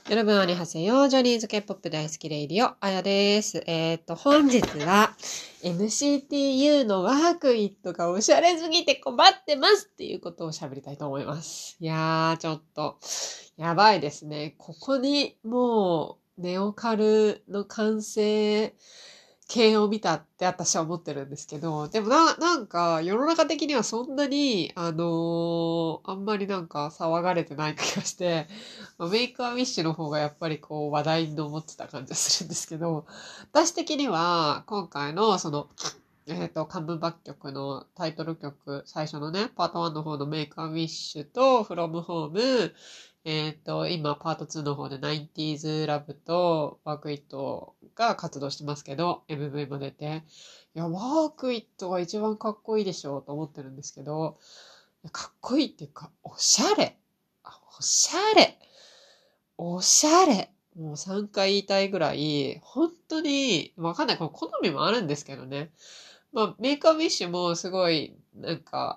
여러분 안녕하세요.ジャニーズ K-POP 大好きレイディオ、あやです。本日は NCTU のワークイットがおしゃれすぎて困ってますっていうことを喋りたいと思います。いやー、ちょっと、やばいですね。ここにもう、ネオカルの完成形を見たって私は思ってるんですけど、でもなんか世の中的にはそんなに、あんまりなんか騒がれてない気がして、メイクアウィッシュの方がやっぱりこう話題に上ってた感じがするんですけど、私的には今回のその、カムバック曲のタイトル曲、最初のね、パート1の方のメイクアウィッシュと、フロムホーム、今、パート2の方で 90s ラブとワークイットが活動してますけど、MV も出て、いや、ワークイットが一番かっこいいでしょうと思ってるんですけど、かっこいいっていうか、おしゃれ。おしゃれ。おしゃれ。もう3回言いたいぐらい、本当に、わかんない。この好みもあるんですけどね。まあ、メイクアウィッシュもすごい、なんか、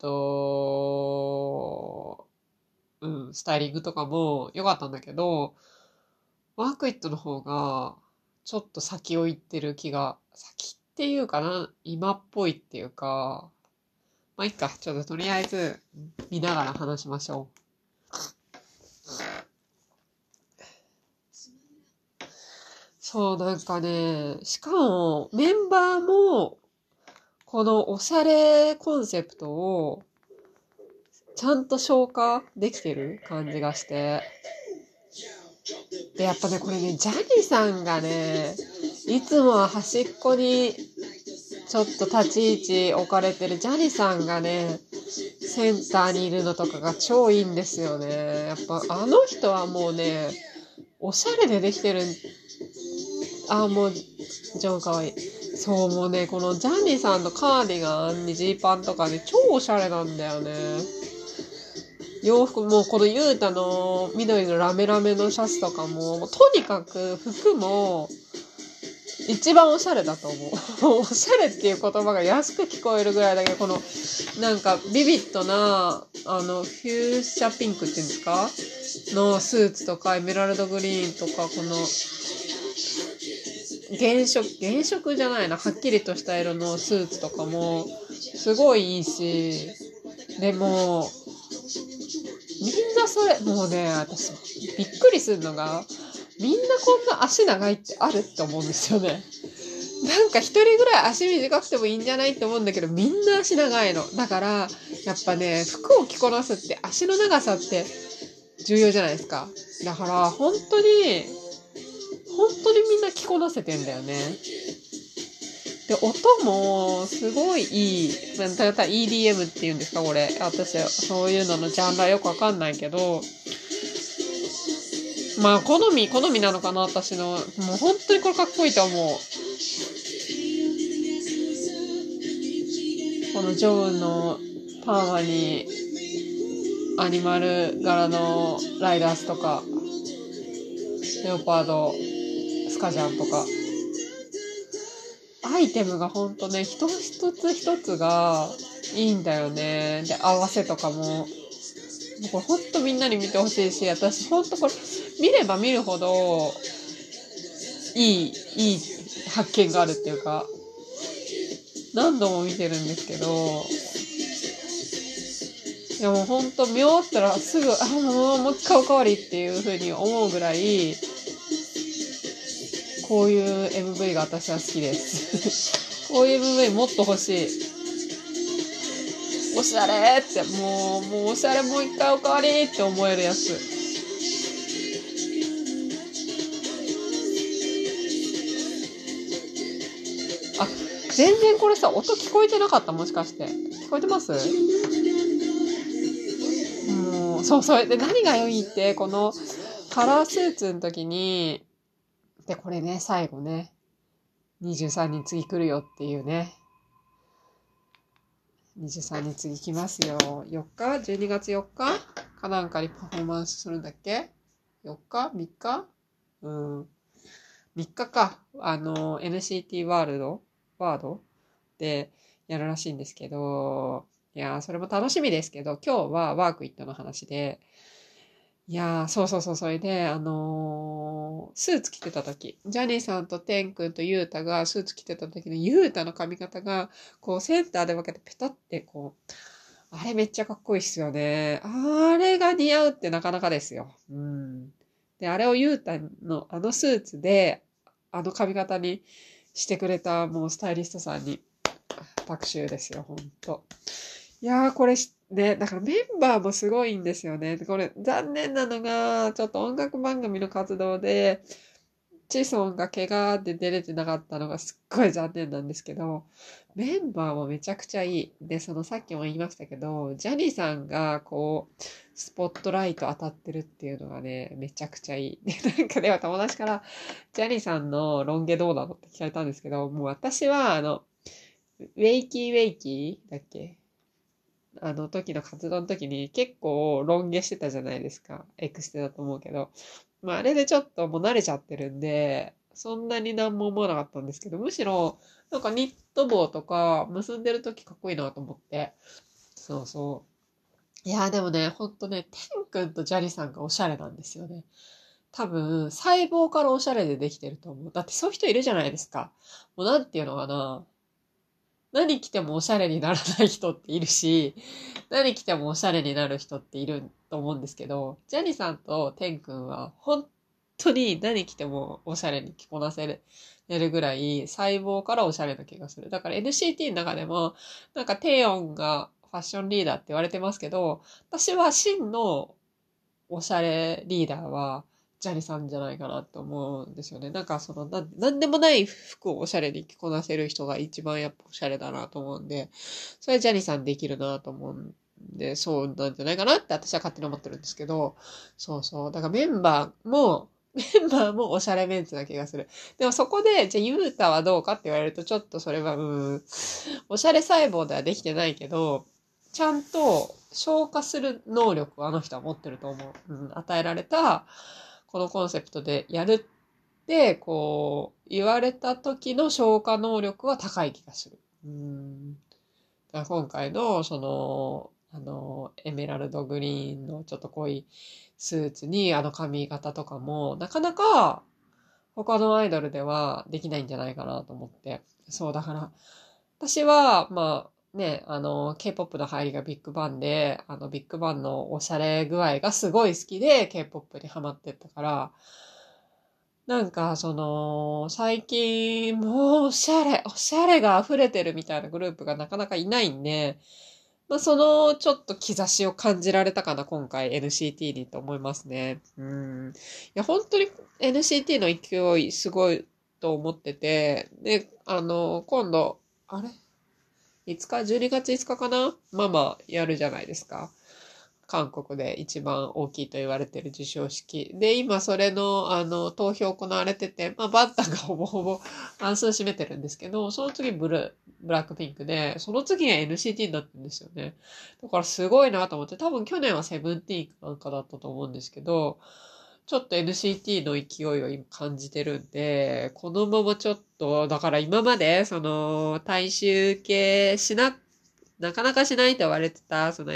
スタイリングとかも良かったんだけど、ワークイットの方が、ちょっと先を行ってる気が、先っていうかな、今っぽいっていうか、まあいいか、ちょっととりあえず見ながら話しましょう。そう、なんかね、しかもメンバーも、このおしゃれコンセプトを、ちゃんと消化できてる感じがして。で、やっぱね、これね、ジャニーさんがね、いつもは端っこにちょっと立ち位置置かれてるジャニーさんがね、センターにいるのとかが超いいんですよね。やっぱあの人はもうね、おしゃれでできてる。もう、ジョンかわいい。そう、もうね、このジャニーさんのカーディガンにジーパンとかね、超おしゃれなんだよね。洋服もこのユータの緑のラメラメのシャツとかも、とにかく服も一番おしゃれだと思う。おしゃれっていう言葉が安く聞こえるぐらいだけど、このなんかビビッドな、フューシャピンクっていうんですかのスーツとかエメラルドグリーンとか、この原色じゃないな、はっきりとした色のスーツとかもすごいいいし、でも、みんなそれ、もうね、私、びっくりするのが、みんなこんな足長いってあるって思うんですよね。なんか一人ぐらい足短くてもいいんじゃないって思うんだけど、みんな足長いの。だから、やっぱね、服を着こなすって足の長さって重要じゃないですか。だから、本当にみんな着こなせてんだよね。で、音もすごいいい。ただ EDM っていうんですか、これ。私はそういうののジャンルはよくわかんないけど、まあ、好みなのかな、私の。もう本当にこれかっこいいと思う。このジョーンのパーマにアニマル柄のライダースとか、レオパード、スカジャンとか。アイテムがほんとね、一つ一つがいいんだよね。で、合わせとかも。これほんとみんなに見てほしいし、私ほんとこれ見れば見るほどいい発見があるっていうか、何度も見てるんですけど、いやもうほんと見終わったらすぐ、もう一回おかわりっていう風に思うぐらい、こういう MV が私は好きです。こういう MV もっと欲しい。おしゃれって、もうおしゃれもう一回おかわりって思えるやつ。あ、全然これさ、音聞こえてなかったもしかして。聞こえてます？もう、そう、それで何が良いって、このカラースーツの時に、で、これね、最後ね、23人次来るよっていうね。23日次来ますよ。4日 ?12 月4日かなんかにパフォーマンスするんだっけ？ 4 日 ?3 日うん。3日か。NCT ワードでやるらしいんですけど、いやー、それも楽しみですけど、今日はワークイットの話で、 いやー、そうそうそう、それで、スーツ着てた時、ジャニーさんとテン君とユータがスーツ着てた時のユータの髪型が、こう、センターで分けてペタってこう、あれめっちゃかっこいいっすよね。あれが似合うってなかなかですよ。うん。で、あれをユータのあのスーツで、あの髪型にしてくれたもうスタイリストさんに拍手ですよ、ほんと。いやー、これね、だからメンバーもすごいんですよね。これ、残念なのが、ちょっと音楽番組の活動で、チソンが怪我で出れてなかったのがすっごい残念なんですけど、メンバーもめちゃくちゃいい。で、そのさっきも言いましたけど、ジャニーさんがこう、スポットライト当たってるっていうのがね、めちゃくちゃいい。で、なんかでは友達から、ジャニーさんのロン毛どうなのって聞かれたんですけど、もう私はウェイキーウェイキーだっけあの時の活動の時に結構ロン毛してたじゃないですか。エクステだと思うけど。まああれでちょっともう慣れちゃってるんで、そんなになんも思わなかったんですけど、むしろなんかニット帽とか結んでる時かっこいいなと思って。そうそう。いやーでもね、ほんとね、テン君とジャリさんがおしゃれなんですよね。多分、細胞からおしゃれでできてると思う。だってそういう人いるじゃないですか。もうなんていうのかな。何着てもおしゃれにならない人っているし、何着てもおしゃれになる人っていると思うんですけど、ジャニさんとテン君は本当に何着てもおしゃれに着こなせるぐらい細胞からおしゃれな気がする。だから NCT の中でも、なんかテヨンがファッションリーダーって言われてますけど、私は真のおしゃれリーダーは、ジャニさんじゃないかなと思うんですよね。なんかなんでもない服をおしゃれに着こなせる人が一番やっぱおしゃれだなと思うんで、それはジャニさんできるなと思うんで、そうなんじゃないかなって私は勝手に思ってるんですけど、そうそう。だからメンバーもおしゃれメンツな気がする。でもそこで、じゃあユータはどうかって言われると、ちょっとそれは、おしゃれ細胞ではできてないけど、ちゃんと消化する能力をあの人は持ってると思う。与えられた、このコンセプトでやるって、こう、言われた時の消化能力は高い気がする。だから今回の、エメラルドグリーンのちょっと濃いスーツにあの髪型とかも、なかなか他のアイドルではできないんじゃないかなと思って。そう、だから、私は、まあ、ね、K-POP の入りがビッグバンで、ビッグバンのおしゃれ具合がすごい好きで K-POP にハマってったから、なんか、最近、もうおしゃれが溢れてるみたいなグループがなかなかいないんで、まあ、ちょっと兆しを感じられたかな、今回 NCT にと思いますね。いや、本当に NCT の勢いすごいと思ってて、で、今度、あれいつか ?12 月5日かなママやるじゃないですか。韓国で一番大きいと言われてる授賞式。で、今それの、投票行われてて、まあ、バンタンがほぼほぼ半数占めてるんですけど、その次ブラックピンクで、その次が NCT になってるんですよね。だからすごいなと思って、多分去年はセブンティーンなんかだったと思うんですけど、ちょっと NCT の勢いを今感じてるんで、このままちょっと、だから今まで、大衆系なかなかしないと言われてた、その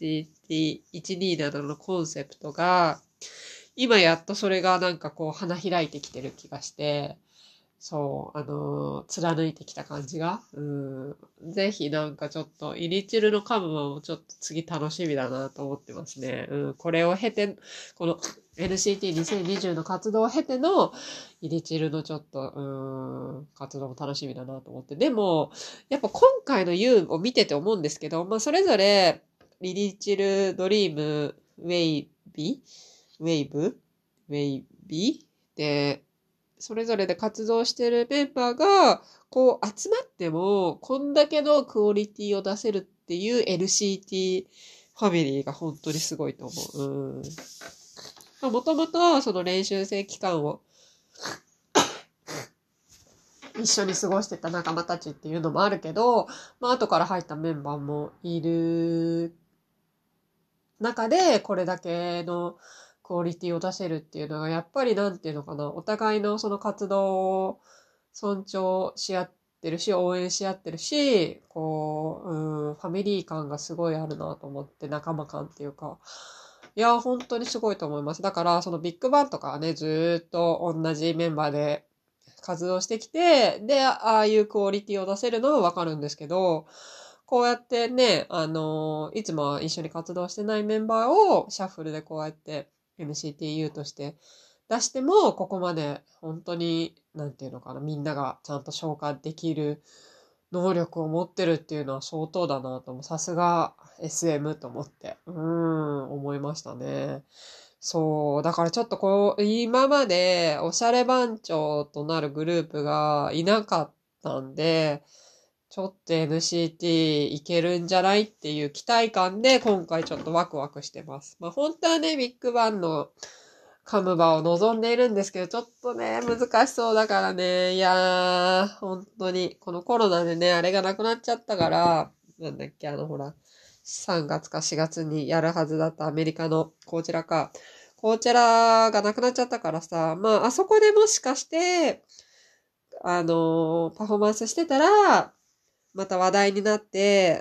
NCT127 のコンセプトが、今やっとそれがなんかこう花開いてきてる気がして、そう、貫いてきた感じが、ぜひなんかちょっと、イリチルのカムマもちょっと次楽しみだなと思ってますね。これを経て、この NCT2020 の活動を経ての、イリチルのちょっと、活動も楽しみだなと思って。でも、やっぱ今回の U を見てて思うんですけど、まあそれぞれ、イリチル、ドリーム、ウェイブウェイビーで、それぞれで活動してるメンバーが、こう集まっても、こんだけのクオリティを出せるっていう LCT ファミリーが本当にすごいと思う。もともとその練習生期間を一緒に過ごしてた仲間たちっていうのもあるけど、まあ後から入ったメンバーもいる中で、これだけのクオリティを出せるっていうのが、やっぱりなんていうのかな、お互いのその活動を尊重し合ってるし、応援し合ってるし、こう、ファミリー感がすごいあるなと思って、仲間感っていうか、 いや、本当にすごいと思います。だから、そのビッグバンとかはね、ずーっと同じメンバーで活動してきて、で、ああいうクオリティを出せるのはわかるんですけど、こうやってね、いつもは一緒に活動してないメンバーをシャッフルでこうやって NCTU として出しても、ここまで本当に、なんていうのかな、みんながちゃんと消化できる能力を持ってるっていうのは相当だなと思う。さすが SM と思って、思いましたね。そう。だからちょっと今までおしゃれ番長となるグループがいなかったんで、ちょっと NCT いけるんじゃないっていう期待感で今回ちょっとワクワクしてます。まあ本当はね、ビッグバンのカムバを望んでいるんですけど、ちょっとね、難しそうだからね。いやー、本当に、このコロナでね、あれがなくなっちゃったから、なんだっけ、ほら、3月か4月にやるはずだったアメリカのコーチェラか。コーチェラがなくなっちゃったからさ、まあ、あそこでもしかして、パフォーマンスしてたら、また話題になって、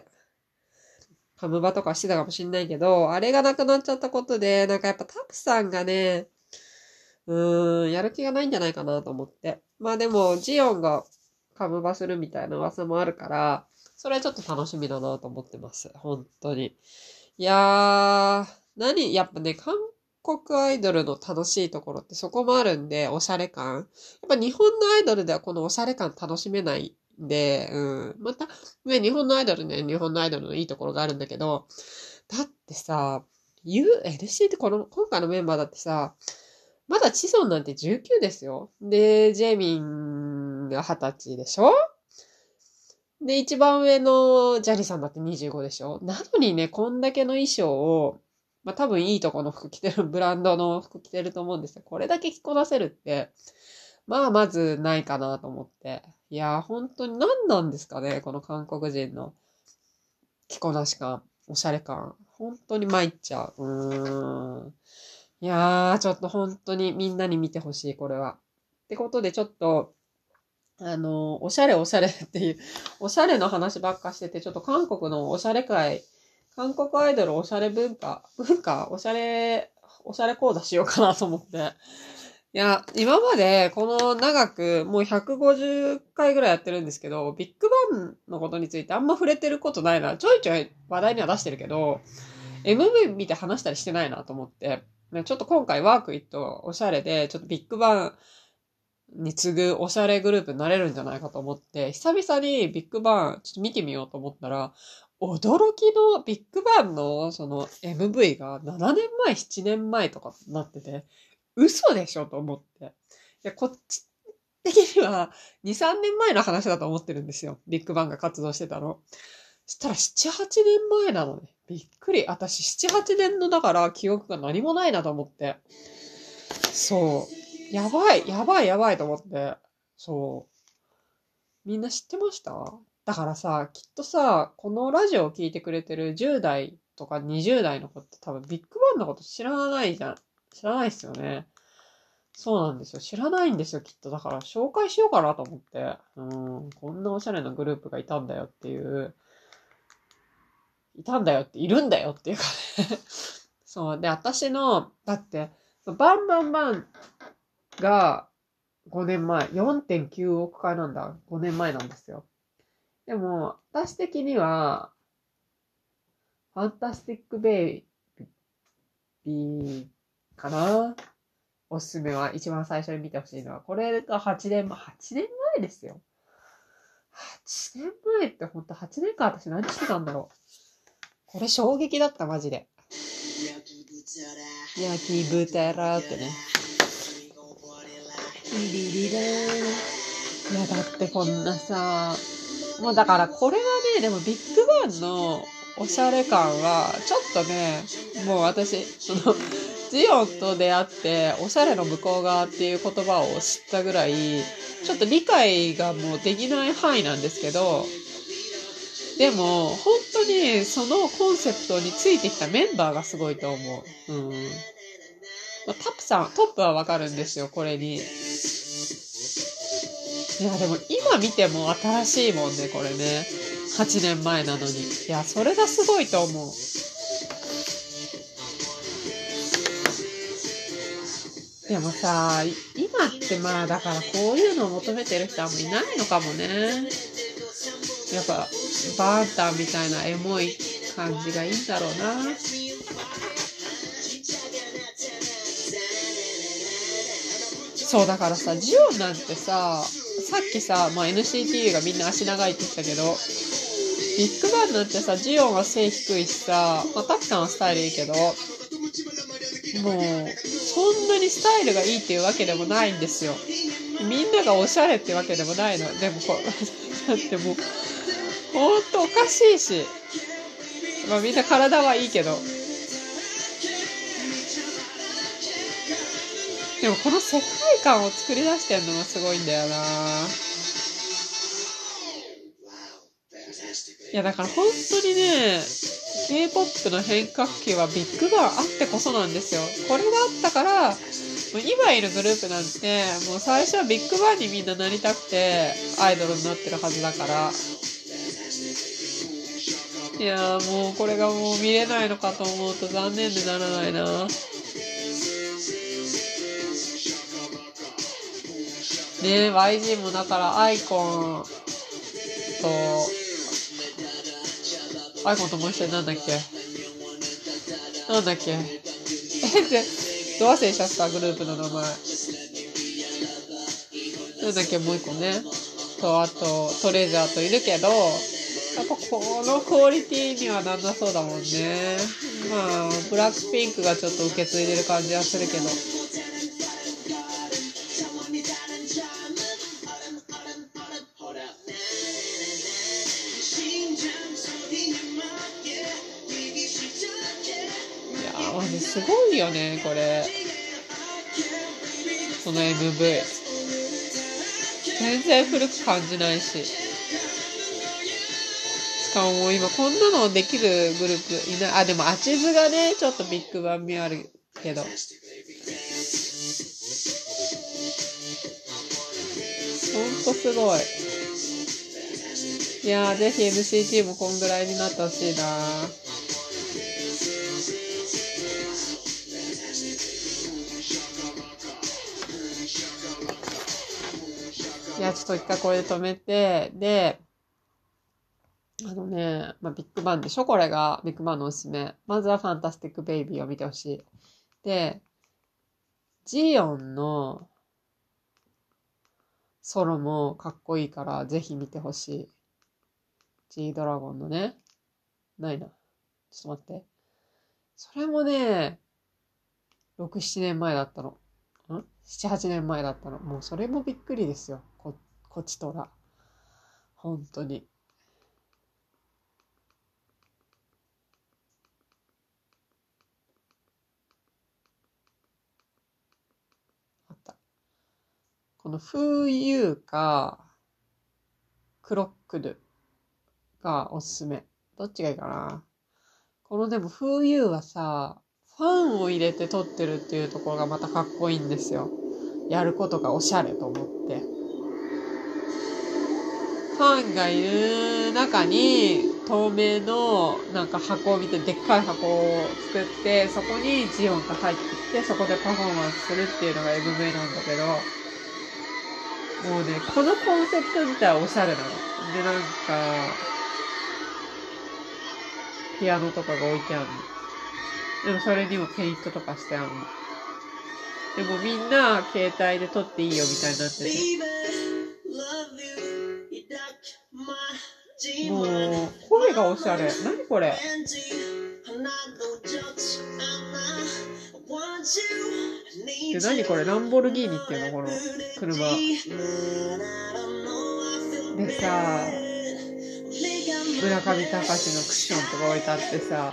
カムバとかしてたかもしんないけど、あれがなくなっちゃったことで、なんかやっぱタプさんがね、やる気がないんじゃないかなと思って。まあでも、ジオンがカムバするみたいな噂もあるから、それはちょっと楽しみだなと思ってます。本当に。いやー、やっぱね、韓国アイドルの楽しいところってそこもあるんで、おしゃれ感。やっぱ日本のアイドルではこのおしゃれ感楽しめないんで、また、ね、日本のアイドルね、日本のアイドルのいいところがあるんだけど、だってさ、LC って今回のメンバーだってさ、まだチソンなんて19ですよ。で、ジェミンが20歳でしょ。で、一番上のジャリさんだって25でしょ。なのにね、こんだけの衣装を、まあ多分いいとこの服着てる、ブランドの服着てると思うんですよ。これだけ着こなせるって、まあまずないかなと思って。いやー、本当に何なんですかね、この韓国人の着こなし感、おしゃれ感。本当に参っちゃう。いやー、ちょっと本当にみんなに見てほしい、これは。ってことで、ちょっと、おしゃれおしゃれっていう、おしゃれの話ばっかしてて、ちょっと韓国のおしゃれ界、韓国アイドルおしゃれおしゃれ講座しようかなと思って。いや、今まで、この長く、もう150回ぐらいやってるんですけど、ビッグバンのことについてあんま触れてることないな。ちょいちょい話題には出してるけど、MV 見て話したりしてないなと思って、ちょっと今回ワークイットおしゃれで、ちょっとビッグバンに次ぐおしゃれグループになれるんじゃないかと思って、久々にビッグバンちょっと見てみようと思ったら、驚きのビッグバンのその MV が7年前、7年前とかなってて、嘘でしょと思って。いや、こっち的には2、3年前の話だと思ってるんですよ。ビッグバンが活動してたの。したら7、8年前なのね。びっくり。私7、8年のだから記憶が何もないなと思って。そう。やばい、やばい、やばいと思って。そう。みんな知ってました？だからさ、きっとさ、このラジオを聞いてくれてる10代とか20代の子って多分ビッグバンのこと知らないじゃん。知らないっすよね。そうなんですよ。知らないんですよ、きっと。だから紹介しようかなと思って。こんなおしゃれなグループがいたんだよっていう。いたんだよって、いるんだよっていうかねそう。で、私の、だって、バンバンバンが5年前、4.9億回なんだ。5年前なんですよ。でも、私的には、ファンタスティックベイビーかな。おすすめは、一番最初に見てほしいのは、これが8年前ですよ。8年前ってほんと8年間私何してたんだろう。これ衝撃だった、マジで。焼き豚らってね。リリラー。いや、だってこんなさ、もうだからこれはね、でもビッグバンのおしゃれ感は、ちょっとね、もう私、ジオンと出会って、おしゃれの向こう側っていう言葉を知ったぐらい、ちょっと理解がもうできない範囲なんですけど、でも、本当にそのコンセプトについてきたメンバーがすごいと思う。まあ、トップはわかるんですよ、これに。いや、でも今見ても新しいもんね、これね。8年前なのに。いや、それがすごいと思う。 でもさ、今ってまあだからこういうのを求めてる人はもういないのかもね。やっぱバーンタンみたいなエモい感じがいいんだろうな。そうだからさ、ジオンなんてさ、さっきさ、まあ、NCT がみんな足長いって言ったけど、ビッグバンなんてさ、ジオンは背低いしさ、まあ、タクさんはスタイルいいけど、もう、そんなにスタイルがいいっていうわけでもないんですよ。みんながおしゃれってわけでもないの。でもだってもう、ほんとおかしいし。まあみんな体はいいけど。でもこの世界観を作り出してんのがすごいんだよな。いやだから本当にね、K-POP の変革期はビッグバンあってこそなんですよ。これがあったから、もう今いるグループなんて、もう最初はビッグバンにみんななりたくて、アイドルになってるはずだから。いやーもうこれがもう見れないのかと思うと残念でならないな。ね、YG もだからアイコンともう一緒になんだっけで、ど忘れしちゃったグループの名前。なんだっけもう一個ね。あと、トレジャーといるけど、やっぱこのクオリティにはなんなそうだもんね。まあ、ブラックピンクがちょっと受け継いでる感じはするけど。マジすごいよねこれ。この MV 全然古く感じないし、しかも今こんなのできるグループいない。あ、でもアチズがねちょっとビッグバン味あるけど、ほんとすごい。いやーぜひ NCT もこんぐらいになってほしいな。いや、ちょっと一回これで止めて、で、まあ、ビッグバンでしょこれが、ビッグバンのおすすめ。まずはファンタスティックベイビーを見てほしい。で、ジヨンのソロもかっこいいから、ぜひ見てほしい。G ドラゴンのね。ないな。ちょっと待って。それもね、6、7年前だったの。7、8年前だったの。もうそれもびっくりですよ。こっちとら。本当に。あった。このフーユーか、クロックルがおすすめ。どっちがいいかな。このでもフーユーはさ、ファンを入れて撮ってるっていうところがまたかっこいいんですよ。やることがおしゃれと思って。ファンがいる中に透明のなんか箱を見て、でっかい箱を作って、そこにジオンが入ってきて、そこでパフォーマンスするっていうのが MV なんだけど、もうね、このコンセプト自体はおしゃれなの。で、なんか、ピアノとかが置いてあるの。でもそれにもペイントとかしてあるの。でもみんな携帯で撮っていいよみたいになってて。もう、声がおしゃれ。何これ。で、何これ。ランボルギーニっていうのこの車。でさ、村上隆のクッションとか置いてあってさ。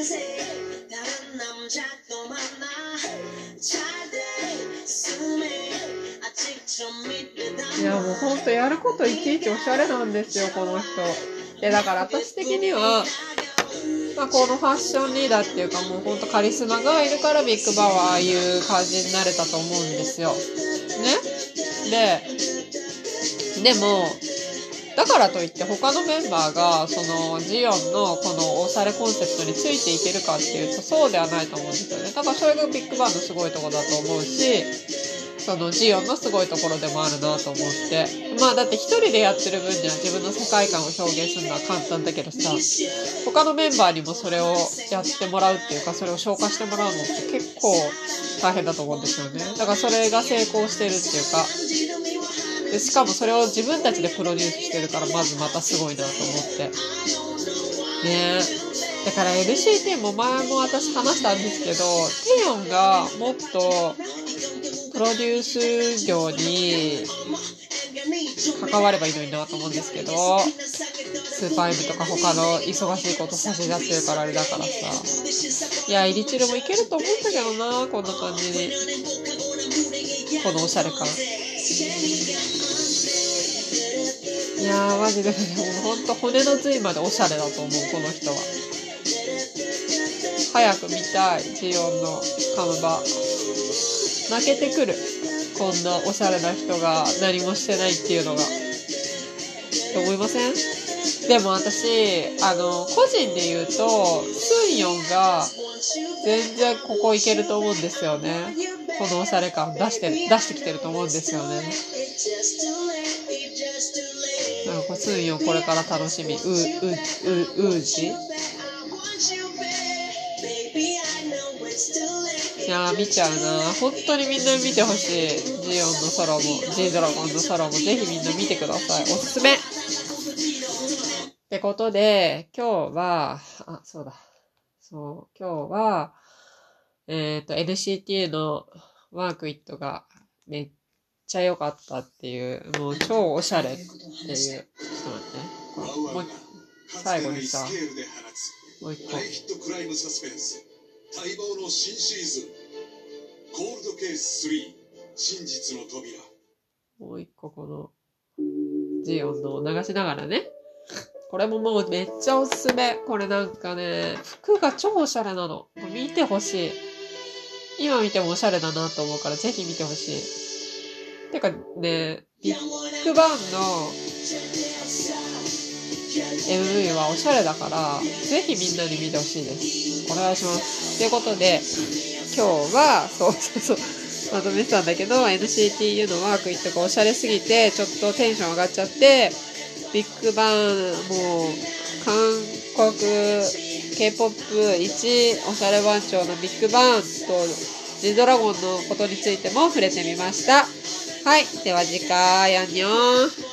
いやもうほんとやることいちいちおしゃれなんですよこの人。だから私的には、まあ、このファッションリーダーっていうかもうほんとカリスマがいるからビッグバンはああいう感じになれたと思うんですよね。でもだからといって他のメンバーがそのジオンのこのおしゃれコンセプトについていけるかっていうとそうではないと思うんですよね。だからそれがビッグバンのすごいところだと思うし、そのジオンのすごいところでもあるなと思って、だって一人でやってる分には自分の世界観を表現するのは簡単だけどさ、他のメンバーにもそれをやってもらうっていうか、それを消化してもらうのって結構大変だと思うんですよね。だからそれが成功してるっていうか、でしかもそれを自分たちでプロデュースしてるから、まずまたすごいなと思ってね。だから NCT も前も私話したんですけど、テヨンがもっとプロデュース業に関わればいいのになと思うんですけど、スーパー M とか他の忙しいことさせちゃってるからあれだからさ、いやイリチルもいけると思うんだけどな、こんな感じに、このおしゃれ感。いやーマジでもうほんと骨の髄までおしゃれだと思う、この人は。早く見たい、ジオンのカムバ。泣けてくる、こんなおしゃれな人が何もしてないっていうのがと思いません？でも私個人で言うとスンヨンが全然ここいけると思うんですよね。このおしゃれ感出してきてると思うんですよね。スンヨンこれから楽しみ。ウージいやー見ちゃうな。本当にみんな見てほしい。ジオンのソロも G ドラゴンのソロもぜひみんな見てください。おすすめってことで、今日は今日はNCT のワークイットがめっちゃ良かったっていう、もう超おしゃれっていう。ちょっと待ってね。もう最後にさ、もう一個。 待望の新シーズンコールドケース3真実の扉。 もう一個このジオンのを流しながらね。これももうめっちゃおすすめ。これなんかね、服が超おしゃれなの。見てほしい。今見てもおしゃれだなと思うからぜひ見てほしい。てかね、ビッグバンの MV はおしゃれだからぜひみんなに見てほしいです。お願いします。ということで今日はまとめてたんだけど、 NCTU のワークイットがおしゃれすぎてちょっとテンション上がっちゃって、ビッグバンもう韓国 K-POP 一おしゃれ番長のビッグバンとGドラゴンのことについても触れてみました。はい、では次回、アンニョン。